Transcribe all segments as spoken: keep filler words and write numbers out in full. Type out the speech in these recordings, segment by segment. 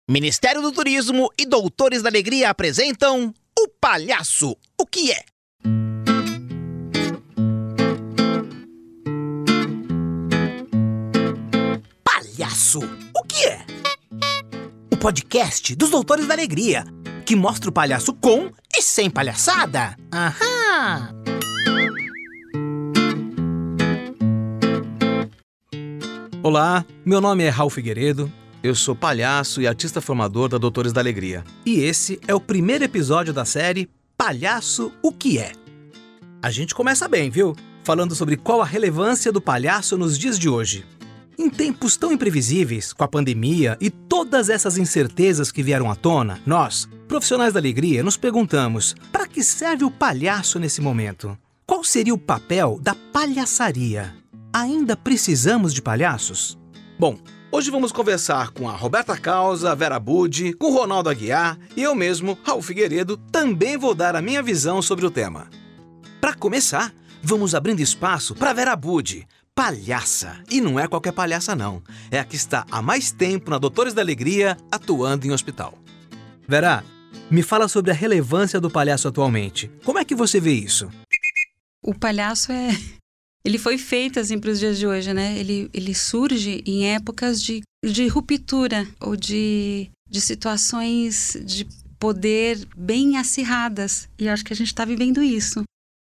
Ministério do Turismo e Doutores da Alegria apresentam O Palhaço, o que é? Palhaço, o que é? O podcast dos Doutores da Alegria, que mostra o palhaço com e sem palhaçada. Aham! Olá, meu nome é Raul Figueiredo, eu sou palhaço e artista formador da Doutores da Alegria. E esse é o primeiro episódio da série Palhaço, o que é? A gente começa bem, viu? Falando sobre qual a relevância do palhaço nos dias de hoje. Em tempos tão imprevisíveis, com a pandemia e todas essas incertezas que vieram à tona, nós, profissionais da alegria, nos perguntamos: para que serve o palhaço nesse momento? Qual seria o papel da palhaçaria? Ainda precisamos de palhaços? Bom, hoje vamos conversar com a Roberta Causa, a Vera Budi, com o Ronaldo Aguiar e eu mesmo, Raul Figueiredo, também vou dar a minha visão sobre o tema. Para começar, vamos abrindo espaço para a Vera Budi, palhaça. E não é qualquer palhaça não, é a que está há mais tempo na Doutores da Alegria, atuando em hospital. Vera, me fala sobre a relevância do palhaço atualmente. Como é que você vê isso? O palhaço é... Ele foi feito assim para os dias de hoje, né? Ele, ele surge em épocas de, de ruptura ou de, de situações de poder bem acirradas. E eu acho que a gente está vivendo isso.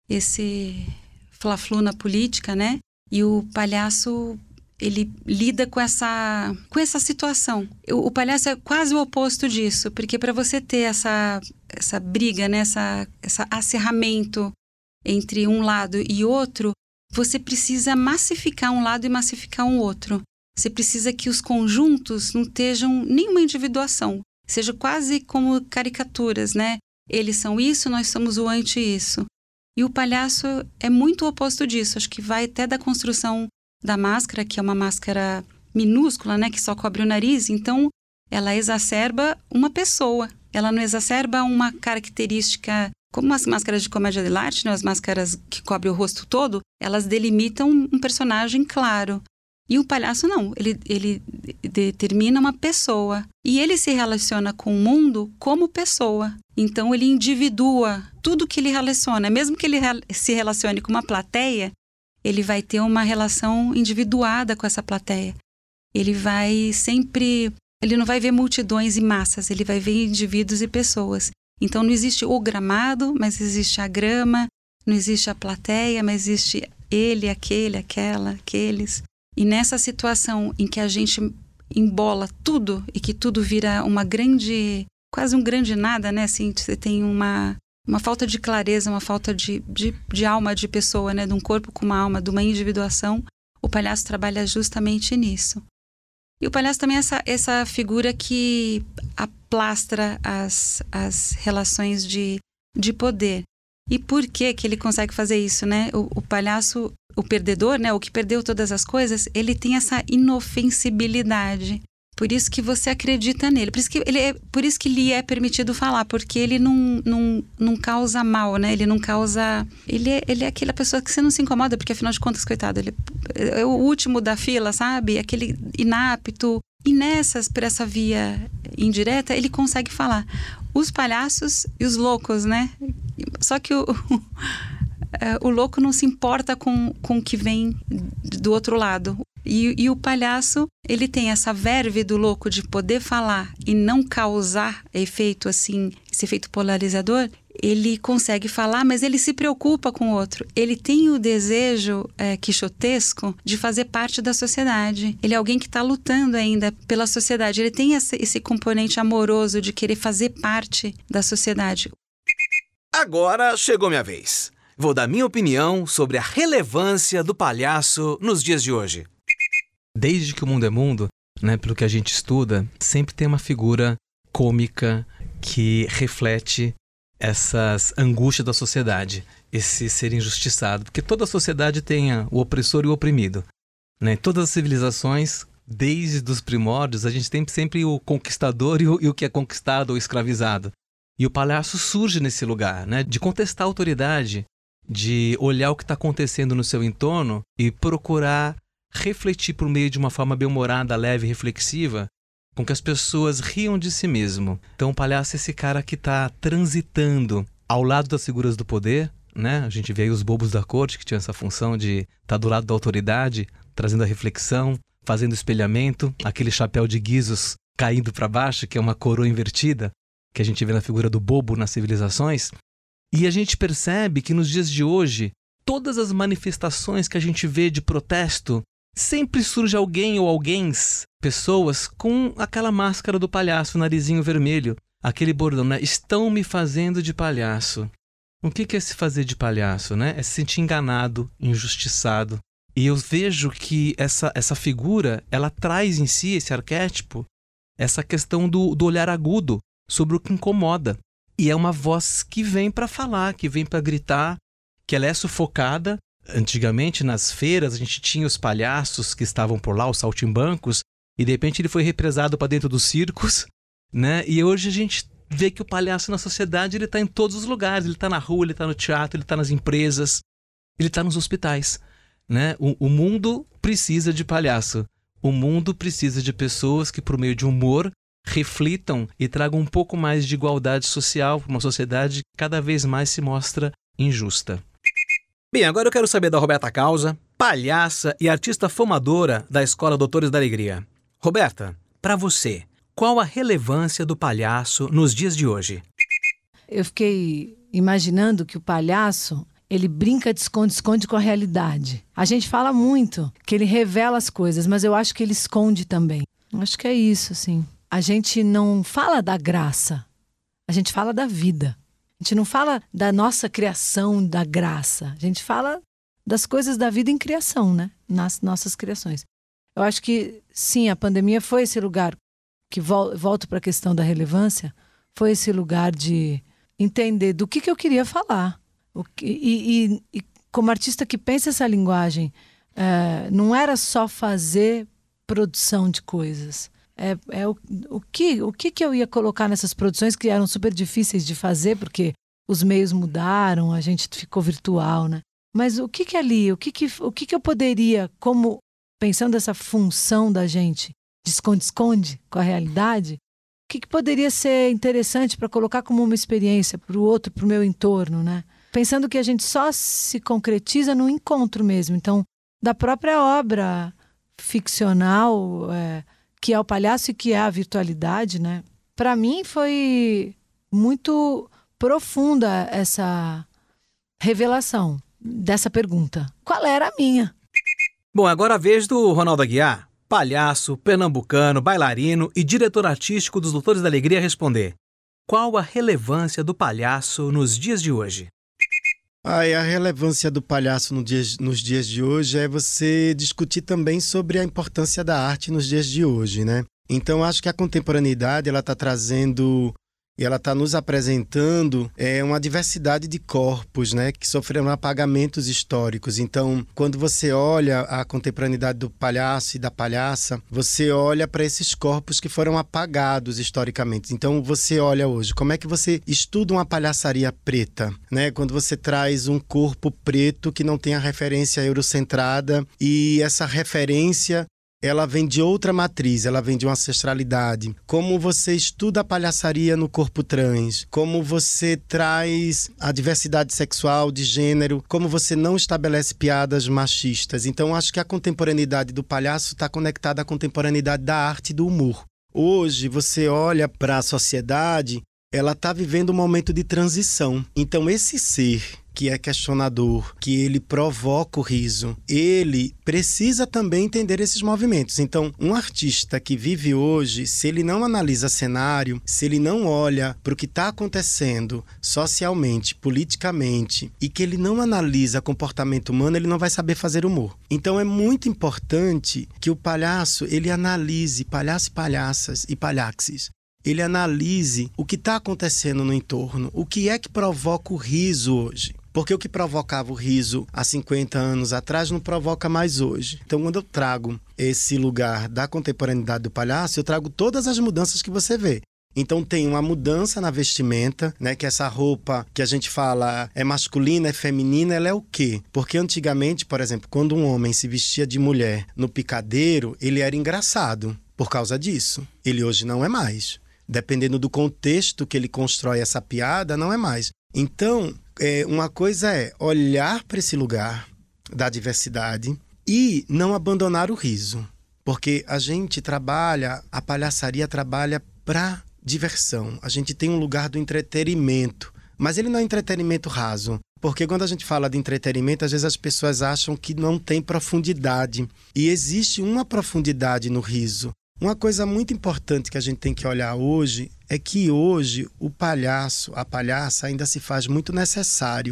Esse fla-flu na política, né? E o palhaço, ele lida com essa, com essa situação. O, o palhaço é quase o oposto disso. Porque para você ter essa, essa briga, né? essa, essa acirramento entre um lado e outro, você precisa massificar um lado e massificar um outro. Você precisa que os conjuntos não estejam nenhuma individuação. Seja quase como caricaturas, né? Eles são isso, nós somos o anti-isso. E o palhaço é muito o oposto disso. Acho que vai até da construção da máscara, que é uma máscara minúscula, né? Que só cobre o nariz. Então, ela exacerba uma pessoa. Ela não exacerba uma característica... Como as máscaras de comédia dell'arte, né, as máscaras que cobrem o rosto todo, elas delimitam um personagem claro. E o palhaço não, ele, ele determina uma pessoa. E ele se relaciona com o mundo como pessoa. Então ele individua tudo que ele relaciona. Mesmo que ele se relacione com uma plateia, ele vai ter uma relação individuada com essa plateia. Ele vai sempre... Ele não vai ver multidões e massas, ele vai ver indivíduos e pessoas. Então não existe o gramado, mas existe a grama, não existe a plateia, mas existe ele, aquele, aquela, aqueles. E nessa situação em que a gente embola tudo e que tudo vira uma grande, quase um grande nada, né? Assim, você tem uma, uma falta de clareza, uma falta de, de, de alma de pessoa, né? De um corpo com uma alma, de uma individuação. O palhaço trabalha justamente nisso. E o palhaço também é essa, essa figura que aplastra as, as relações de, de poder. E por que que ele consegue fazer isso, né? O, o palhaço, o perdedor, né? O que perdeu todas as coisas, ele tem essa inofensibilidade. Por isso que você acredita nele. Por isso que, ele é, por isso que lhe é permitido falar, porque ele não, não, não causa mal, né? Ele não causa... Ele é, ele é aquela pessoa que você não se incomoda, porque afinal de contas, coitado, ele é o último da fila, sabe? Aquele inapto. E nessas, por essa via indireta, ele consegue falar. Os palhaços e os loucos, né? Só que o... o louco não se importa com, com o que vem do outro lado. E, e o palhaço, ele tem essa verve do louco de poder falar e não causar efeito assim, esse efeito polarizador. Ele consegue falar, mas ele se preocupa com o outro. Ele tem o desejo é, quixotesco de fazer parte da sociedade. Ele é alguém que está lutando ainda pela sociedade. Ele tem esse, esse componente amoroso de querer fazer parte da sociedade. Agora chegou minha vez. Vou dar minha opinião sobre a relevância do palhaço nos dias de hoje. Desde que o mundo é mundo, né, pelo que a gente estuda, sempre tem uma figura cômica que reflete essas angústias da sociedade, esse ser injustiçado. Porque toda a sociedade tem o opressor e o oprimido. Né? Todas as civilizações, desde os primórdios, a gente tem sempre o conquistador e o, e o que é conquistado ou escravizado. E o palhaço surge nesse lugar, né, de contestar a autoridade, de olhar o que está acontecendo no seu entorno e procurar refletir por meio de uma forma bem-humorada, leve e reflexiva com que as pessoas riam de si mesmo. Então o palhaço é esse cara que está transitando ao lado das figuras do poder, né? A gente vê aí os bobos da corte, que tinham essa função de estar tá do lado da autoridade, trazendo a reflexão, fazendo espelhamento, aquele chapéu de guizos caindo para baixo, que é uma coroa invertida, que a gente vê na figura do bobo nas civilizações. E a gente percebe que nos dias de hoje, todas as manifestações que a gente vê de protesto, sempre surge alguém ou alguéms, pessoas com aquela máscara do palhaço, narizinho vermelho, aquele bordão, né? Estão me fazendo de palhaço. O que é se fazer de palhaço, né? É se sentir enganado, injustiçado. E eu vejo que essa, essa figura, ela traz em si, esse arquétipo, essa questão do, do olhar agudo sobre o que incomoda. E é uma voz que vem para falar, que vem para gritar, que ela é sufocada. Antigamente, nas feiras, a gente tinha os palhaços que estavam por lá, os saltimbancos, e de repente ele foi represado para dentro dos circos, né? E hoje a gente vê que o palhaço na sociedade, ele está em todos os lugares. Ele está na rua, ele está no teatro, ele está nas empresas, ele está nos hospitais, né? O, o mundo precisa de palhaço. O mundo precisa de pessoas que, por meio de humor, reflitam e tragam um pouco mais de igualdade social para uma sociedade que cada vez mais se mostra injusta. Bem, agora eu quero saber da Roberta Causa, palhaça e artista formadora da Escola Doutores da Alegria. Roberta, para você, qual a relevância do palhaço nos dias de hoje? Eu fiquei imaginando que o palhaço, ele brinca de esconde-esconde com a realidade. A gente fala muito que ele revela as coisas, mas eu acho que ele esconde também. Acho que é isso, assim. A gente não fala da graça, a gente fala da vida. A gente não fala da nossa criação, da graça. A gente fala das coisas da vida em criação, né? Nas nossas criações. Eu acho que, sim, a pandemia foi esse lugar, que vol- volto para a questão da relevância, foi esse lugar de entender do que, que eu queria falar. O que, e, e, e como artista que pensa essa linguagem, é, não era só fazer produção de coisas. É, é o, o, que, o que que eu ia colocar nessas produções que eram super difíceis de fazer, porque os meios mudaram, a gente ficou virtual, né? Mas o que que ali, o que que, o que que eu poderia, como pensando essa função da gente de esconde-esconde com a realidade, o que que poderia ser interessante para colocar como uma experiência para o outro, para o meu entorno, né? Pensando que a gente só se concretiza no encontro mesmo, então, da própria obra ficcional, é, que é o palhaço e que é a virtualidade, né? Para mim foi muito profunda essa revelação dessa pergunta. Qual era a minha? Bom, agora a vez do Ronaldo Aguiar, palhaço, pernambucano, bailarino e diretor artístico dos Doutores da Alegria, responder. Qual a relevância do palhaço nos dias de hoje? Ah, e a relevância do palhaço no dia, nos dias de hoje é você discutir também sobre a importância da arte nos dias de hoje, né? Então, acho que a contemporaneidade, ela está trazendo e ela está nos apresentando é, uma diversidade de corpos, né, que sofreram apagamentos históricos. Então, quando você olha a contemporaneidade do palhaço e da palhaça, você olha para esses corpos que foram apagados historicamente. Então, você olha hoje, como é que você estuda uma palhaçaria preta, né? Quando você traz um corpo preto que não tem a referência eurocentrada e essa referência ela vem de outra matriz, ela vem de uma ancestralidade. Como você estuda a palhaçaria no corpo trans, como você traz a diversidade sexual, de gênero, como você não estabelece piadas machistas. Então, acho que a contemporaneidade do palhaço está conectada à contemporaneidade da arte e do humor. Hoje, você olha para a sociedade, ela está vivendo um momento de transição. Então, esse ser que é questionador, que ele provoca o riso, ele precisa também entender esses movimentos. Então, um artista que vive hoje, se ele não analisa cenário, se ele não olha para o que está acontecendo socialmente, politicamente, e que ele não analisa comportamento humano, ele não vai saber fazer humor. Então, é muito importante que o palhaço, ele analise palhaço e palhaças e palhaxes. Ele analise o que está acontecendo no entorno, o que é que provoca o riso hoje. Porque o que provocava o riso há cinquenta anos atrás não provoca mais hoje. Então, quando eu trago esse lugar da contemporaneidade do palhaço, eu trago todas as mudanças que você vê. Então, tem uma mudança na vestimenta, né? Que essa roupa que a gente fala é masculina, é feminina, ela é o quê? Porque antigamente, por exemplo, quando um homem se vestia de mulher no picadeiro, ele era engraçado. por causa disso. Ele hoje não é mais. Dependendo do contexto que ele constrói essa piada, não é mais. Então, é, uma coisa é olhar para esse lugar da diversidade e não abandonar o riso. Porque a gente trabalha, a palhaçaria trabalha para diversão. A gente tem um lugar do entretenimento, mas ele não é entretenimento raso. Porque quando a gente fala de entretenimento, às vezes as pessoas acham que não tem profundidade. E existe uma profundidade no riso. Uma coisa muito importante que a gente tem que olhar hoje é que hoje o palhaço, a palhaça ainda se faz muito necessário.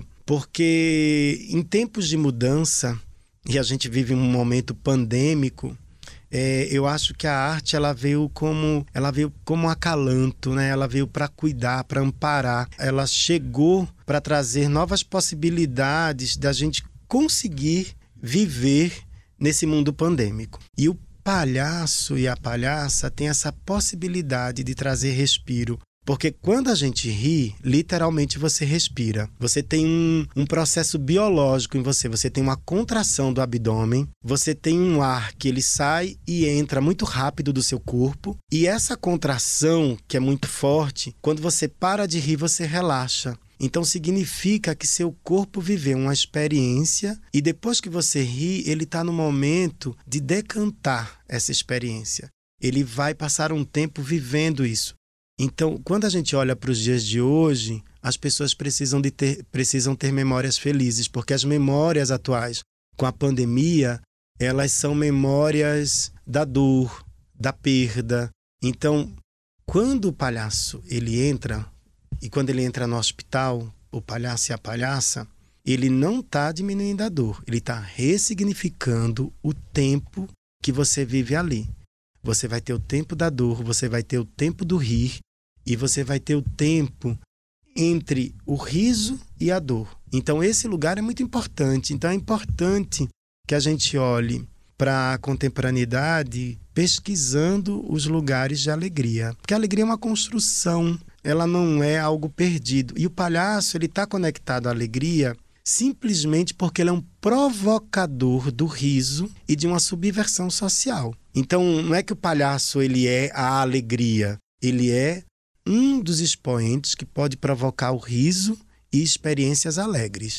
Porque em tempos de mudança, e a gente vive um momento pandêmico, é, eu acho que a arte ela veio como ela veio como um acalanto, né? Ela veio para cuidar, para amparar. Ela chegou para trazer novas possibilidades da gente conseguir viver nesse mundo pandêmico. E o palhaço e a palhaça têm essa possibilidade de trazer respiro. Porque quando a gente ri, literalmente você respira. Você tem um, um processo biológico em você. Você tem uma contração do abdômen. Você tem um ar que ele sai e entra muito rápido do seu corpo. E essa contração, que é muito forte, quando você para de rir, você relaxa. Então significa que seu corpo viveu uma experiência e depois que você ri, ele está no momento de decantar essa experiência. Ele vai passar um tempo vivendo isso. Então, quando a gente olha para os dias de hoje, as pessoas precisam, de ter, precisam ter memórias felizes, porque as memórias atuais com a pandemia, elas são memórias da dor, da perda. Então, quando o palhaço ele entra, e quando ele entra no hospital, o palhaço e a palhaça, ele não está diminuindo a dor, ele está ressignificando o tempo que você vive ali. Você vai ter o tempo da dor, você vai ter o tempo do rir e você vai ter o tempo entre o riso e a dor. Então, esse lugar é muito importante. Então, é importante que a gente olhe para a contemporaneidade pesquisando os lugares de alegria. Porque a alegria é uma construção, ela não é algo perdido. E o palhaço ele está conectado à alegria simplesmente porque ele é um provocador do riso e de uma subversão social. Então, não é que o palhaço ele é a alegria, ele é um dos expoentes que pode provocar o riso e experiências alegres.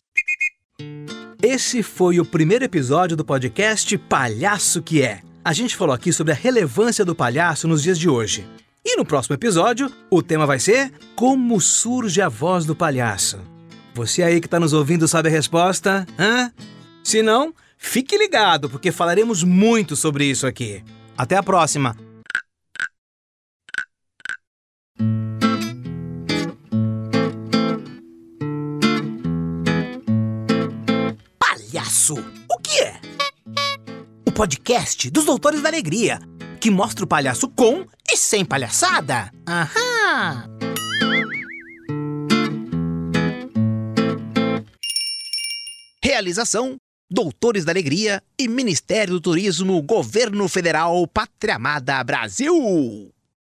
Esse foi o primeiro episódio do podcast Palhaço que é. A gente falou aqui sobre a relevância do palhaço nos dias de hoje. E no próximo episódio, o tema vai ser Como surge a voz do palhaço? Você aí que está nos ouvindo sabe a resposta? Hã? Se não, fique ligado, porque falaremos muito sobre isso aqui. Até a próxima! Palhaço, o que é? O podcast dos Doutores da Alegria, que mostra o palhaço com e sem palhaçada. Aham! Realização: Doutores da Alegria e Ministério do Turismo, Governo Federal, Pátria Amada Brasil.